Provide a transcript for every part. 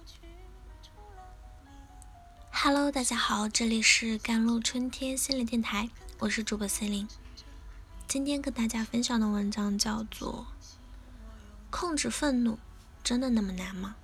Hello， 大家好，这里是甘露春天心理电台，我是主播森林。今天跟大家分享的文章叫做控制愤怒真的那么难吗？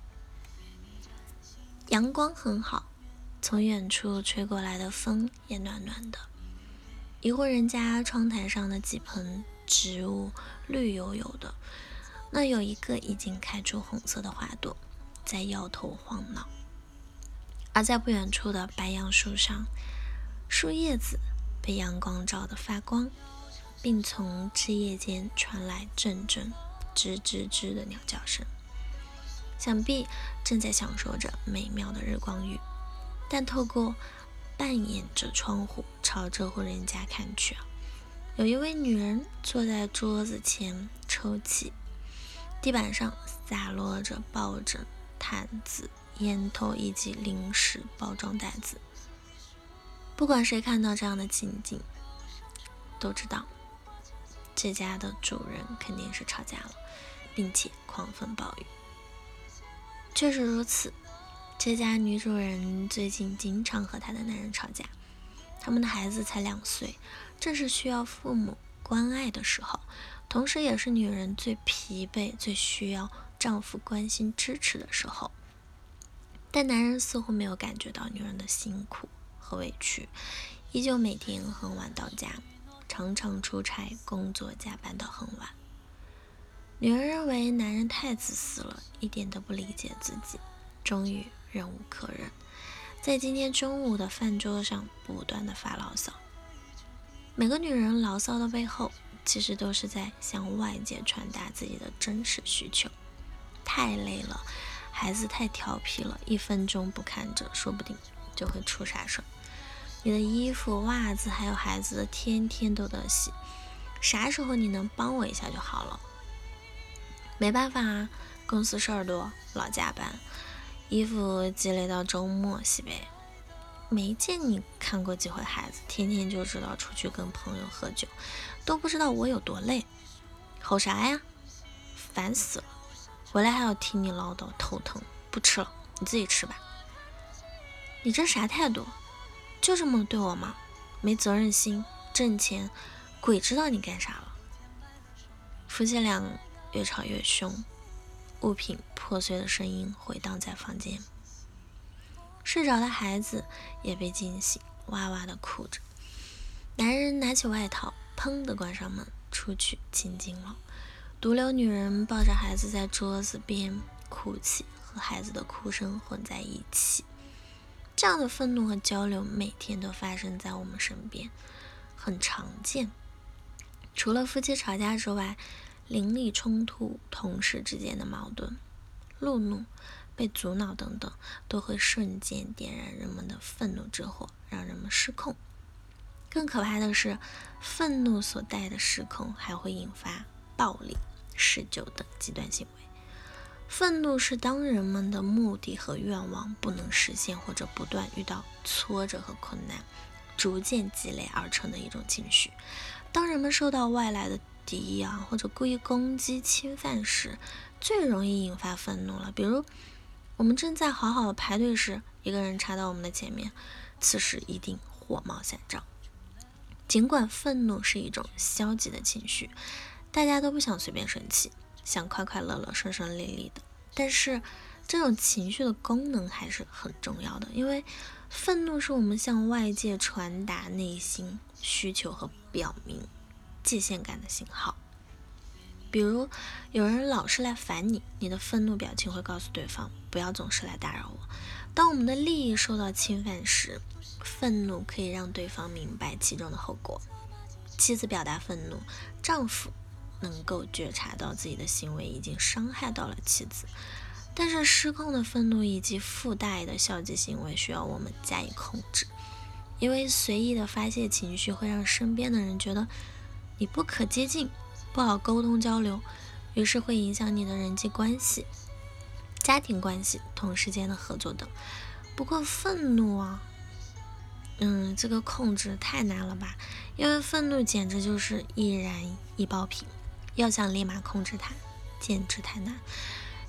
阳光很好，从远处吹过来的风也暖暖的。一户人家窗台上的几盆植物绿油油的，那有一个已经开出红色的花朵，在摇头晃脑。而在不远处的白杨树上，树叶子被阳光照得发光，并从枝叶间传来阵阵吱吱吱的鸟叫声，想必正在享受着美妙的日光浴。但透过半掩着窗户朝这户人家看去，有一位女人坐在桌子前抽泣，地板上洒落着抱枕、毯子、烟头以及零食包装袋子。不管谁看到这样的情景，都知道这家的主人肯定是吵架了，并且狂风暴雨。确实如此，这家女主人最近经常和她的男人吵架，他们的孩子才2岁，正是需要父母关爱的时候，同时也是女人最疲惫、最需要丈夫关心支持的时候。但男人似乎没有感觉到女人的辛苦和委屈，依旧每天很晚到家，常常出差工作加班到很晚。女人认为男人太自私了，一点都不理解自己，终于忍无可忍，在今天中午的饭桌上不断的发牢骚。每个女人牢骚的背后，其实都是在向外界传达自己的真实需求。太累了，孩子太调皮了，1分钟不看着，说不定就会出啥事。你的衣服、袜子还有孩子的，天天都得洗，啥时候你能帮我一下就好了。没办法啊，公司事儿多，老加班，衣服积累到周末洗呗。没见你看过几回孩子，天天就知道出去跟朋友喝酒，都不知道我有多累。吼啥呀？烦死了！回来还要听你唠叨，头疼。不吃了，你自己吃吧。你这啥态度？就这么对我吗？没责任心，挣钱，鬼知道你干啥了。夫妻俩越吵越凶，物品破碎的声音回荡在房间。睡着的孩子也被惊醒，哇哇的哭着。男人拿起外套，砰的关上门，出去清静了。独留女人抱着孩子在桌子边哭泣，和孩子的哭声混在一起。这样的愤怒和交流每天都发生在我们身边，很常见。除了夫妻吵架之外，邻里冲突、同事之间的矛盾、路怒、被阻挠等等，都会瞬间点燃人们的愤怒之火，让人们失控。更可怕的是，愤怒所带的失控还会引发暴力、嗜酒等极端行为。愤怒是当人们的目的和愿望不能实现，或者不断遇到挫折和困难，逐渐积累而成的一种情绪。当人们受到外来的敌意或者故意攻击、侵犯时，最容易引发愤怒了。比如我们正在好好的排队时，一个人插到我们的前面，此时一定火冒三丈。尽管愤怒是一种消极的情绪，大家都不想随便生气，想快快乐乐、顺顺利利的，但是这种情绪的功能还是很重要的，因为愤怒是我们向外界传达内心需求和表明界限感的信号。比如有人老是来烦你，你的愤怒表情会告诉对方不要总是来打扰我。当我们的利益受到侵犯时，愤怒可以让对方明白其中的后果。妻子表达愤怒，丈夫能够觉察到自己的行为已经伤害到了妻子，但是失控的愤怒以及附带的消极行为需要我们加以控制，因为随意的发泄情绪会让身边的人觉得你不可接近，不好沟通交流，于是会影响你的人际关系、家庭关系、同事间的合作等。不过愤怒这个控制太难了吧，因为愤怒简直就是易燃易爆品，要想立马控制它简直太难。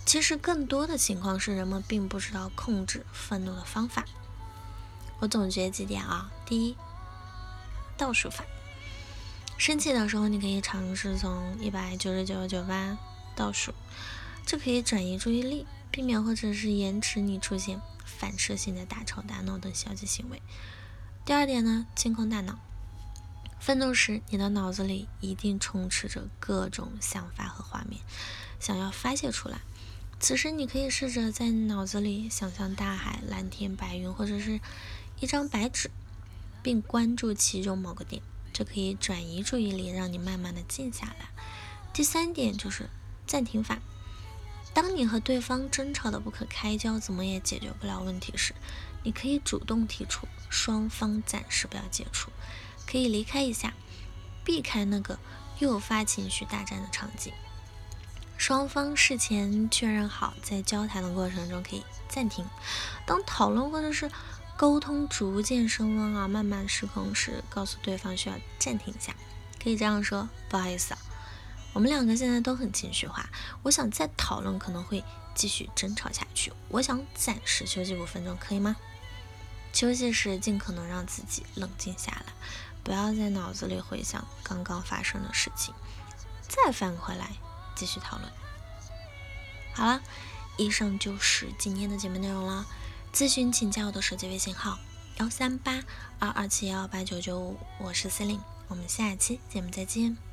其实更多的情况是人们并不知道控制愤怒的方法。我总结几点啊，第一，倒数法。生气的时候，你可以尝试从199.98倒数，这可以转移注意力，避免或者是延迟你出现反射性的大吵大闹等消极行为。第二点呢，清空大脑。愤怒时，你的脑子里一定充斥着各种想法和画面，想要发泄出来。此时，你可以试着在脑子里想象大海、蓝天、白云，或者是一张白纸，并关注其中某个点，这可以转移注意力，让你慢慢的静下来。第三点就是暂停法。当你和对方争吵的不可开交，怎么也解决不了问题时，你可以主动提出双方暂时不要接触，可以离开一下，避开那个诱发情绪大战的场景。双方事前确认好，在交谈的过程中可以暂停。当讨论或者是沟通逐渐升温啊，慢慢失控时，告诉对方需要暂停一下，可以这样说：不好意思啊，我们两个现在都很情绪化，我想再讨论可能会继续争吵下去，我想暂时休息5分钟，可以吗？休息时尽可能让自己冷静下来，不要在脑子里回想刚刚发生的事情，再翻回来继续讨论。好了，以上就是今天的节目内容了。咨询请加我的手机微信号13822718995，我是Celine，我们下期节目再见。